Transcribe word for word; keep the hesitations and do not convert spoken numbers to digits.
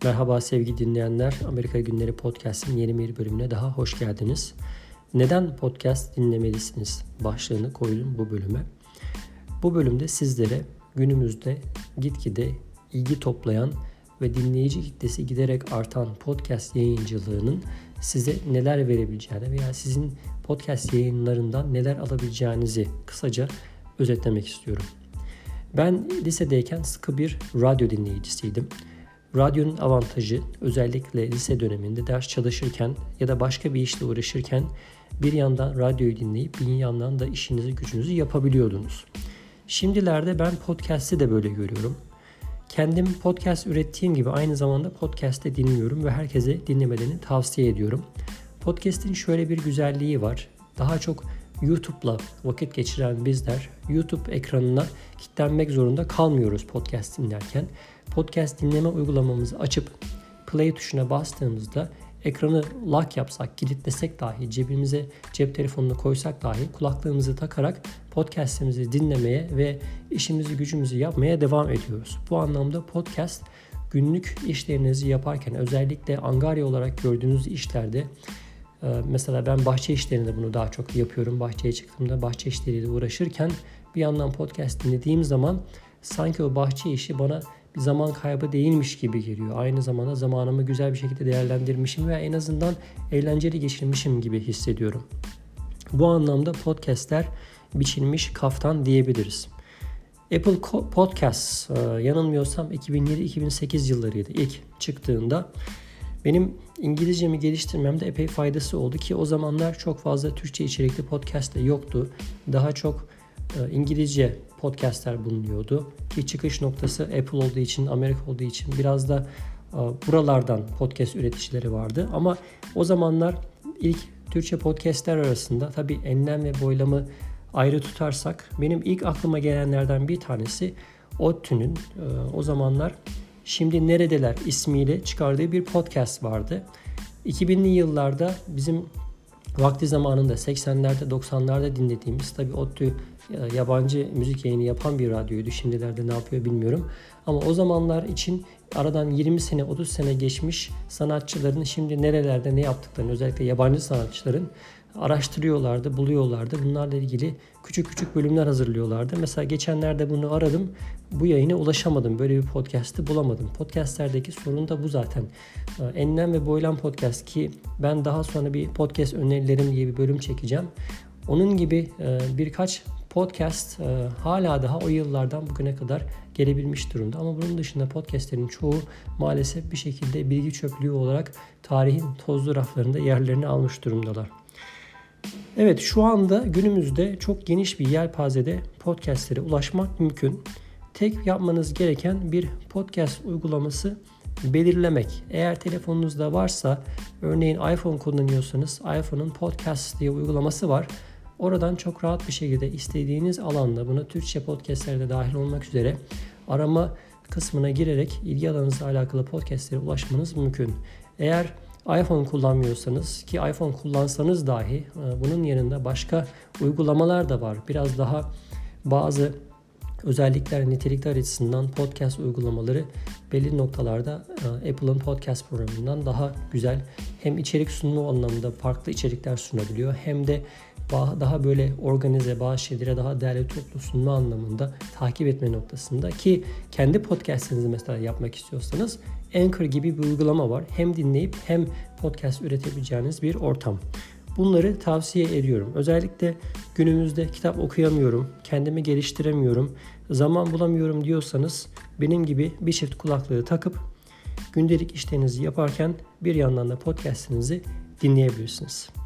Merhaba sevgili dinleyenler, Amerika Günleri Podcast'ın yeni bir bölümüne daha hoş geldiniz. Neden podcast dinlemelisiniz başlığını koydum bu bölüme. Bu bölümde sizlere günümüzde gitgide ilgi toplayan ve dinleyici kitlesi giderek artan podcast yayıncılığının size neler verebileceğini veya sizin podcast yayınlarından neler alabileceğinizi kısaca özetlemek istiyorum. Ben lisedeyken sıkı bir radyo dinleyicisiydim. Radyonun avantajı özellikle lise döneminde ders çalışırken ya da başka bir işle uğraşırken bir yandan radyoyu dinleyip bir yandan da işinizi gücünüzü yapabiliyordunuz. Şimdilerde ben podcast'i de böyle görüyorum. Kendim podcast ürettiğim gibi aynı zamanda podcast'te dinliyorum ve herkese dinlemelerini tavsiye ediyorum. Podcast'in şöyle bir güzelliği var. Daha çok YouTube'la vakit geçiren bizler YouTube ekranına kilitlenmek zorunda kalmıyoruz podcast dinlerken. Podcast dinleme uygulamamızı açıp play tuşuna bastığımızda ekranı lock yapsak, kilitlesek dahi, cebimize cep telefonunu koysak dahi kulaklığımızı takarak podcast'imizi dinlemeye ve işimizi gücümüzü yapmaya devam ediyoruz. Bu anlamda podcast günlük işlerinizi yaparken özellikle angarya olarak gördüğünüz işlerde, mesela ben bahçe işlerinde bunu daha çok yapıyorum. Bahçeye çıktığımda bahçe işleriyle uğraşırken bir yandan podcast dinlediğim zaman sanki o bahçe işi bana bir zaman kaybı değilmiş gibi geliyor. Aynı zamanda zamanımı güzel bir şekilde değerlendirmişim veya en azından eğlenceli geçirmişim gibi hissediyorum. Bu anlamda podcastler biçilmiş kaftan diyebiliriz. Apple Podcasts yanılmıyorsam iki bin yedi iki bin sekiz yıllarıydı ilk çıktığında. Benim İngilizcemi geliştirmemde epey faydası oldu ki o zamanlar çok fazla Türkçe içerikli podcast de yoktu. Daha çok e, İngilizce podcastler bulunuyordu. Ki çıkış noktası Apple olduğu için, Amerika olduğu için biraz da e, buralardan podcast üreticileri vardı. Ama o zamanlar ilk Türkçe podcastler arasında tabii enlem ve boylamı ayrı tutarsak benim ilk aklıma gelenlerden bir tanesi ODTÜ'nün e, o zamanlar Şimdi Neredeler ismiyle çıkardığı bir podcast vardı. iki binli yıllarda bizim vakti zamanında seksenlerde doksanlarda dinlediğimiz, tabii ODTÜ yabancı müzik yayını yapan bir radyoydu. Şimdilerde ne yapıyor bilmiyorum. Ama o zamanlar için aradan yirmi sene otuz sene geçmiş sanatçıların şimdi nerelerde ne yaptıklarını, özellikle yabancı sanatçıların araştırıyorlardı, buluyorlardı. Bunlarla ilgili küçük küçük bölümler hazırlıyorlardı. Mesela geçenlerde bunu aradım. Bu yayına ulaşamadım. Böyle bir podcast'ı bulamadım. Podcast'lerdeki sorun da bu zaten. Enlem ve Boylam Podcast ki ben daha sonra bir podcast önerilerim diye bir bölüm çekeceğim. Onun gibi birkaç podcast hala daha o yıllardan bugüne kadar gelebilmiş durumda. Ama bunun dışında podcastlerin çoğu maalesef bir şekilde bilgi çöplüğü olarak tarihin tozlu raflarında yerlerini almış durumdalar. Evet, şu anda günümüzde çok geniş bir yelpazede podcastlere ulaşmak mümkün. Tek yapmanız gereken bir podcast uygulaması belirlemek. Eğer telefonunuzda varsa, örneğin iPhone kullanıyorsanız iPhone'un podcast diye uygulaması var. Oradan çok rahat bir şekilde istediğiniz alanda, buna Türkçe podcastler de dahil olmak üzere arama kısmına girerek ilgi alanınızla alakalı podcastlere ulaşmanız mümkün. Eğer iPhone kullanmıyorsanız, ki iPhone kullansanız dahi bunun yanında başka uygulamalar da var. Biraz daha bazı özellikler, nitelikler açısından podcast uygulamaları belli noktalarda Apple'ın podcast programından daha güzel. Hem içerik sunumu anlamında farklı içerikler sunabiliyor, hem de daha böyle organize, bazı şeylere daha değerli toplu sunma anlamında takip etme noktasında, ki kendi podcast'inizi mesela yapmak istiyorsanız Anchor gibi bir uygulama var. Hem dinleyip hem podcast üretebileceğiniz bir ortam. Bunları tavsiye ediyorum. Özellikle günümüzde kitap okuyamıyorum, kendimi geliştiremiyorum, zaman bulamıyorum diyorsanız benim gibi bir çift kulaklığı takıp gündelik işlerinizi yaparken bir yandan da podcast'inizi dinleyebilirsiniz.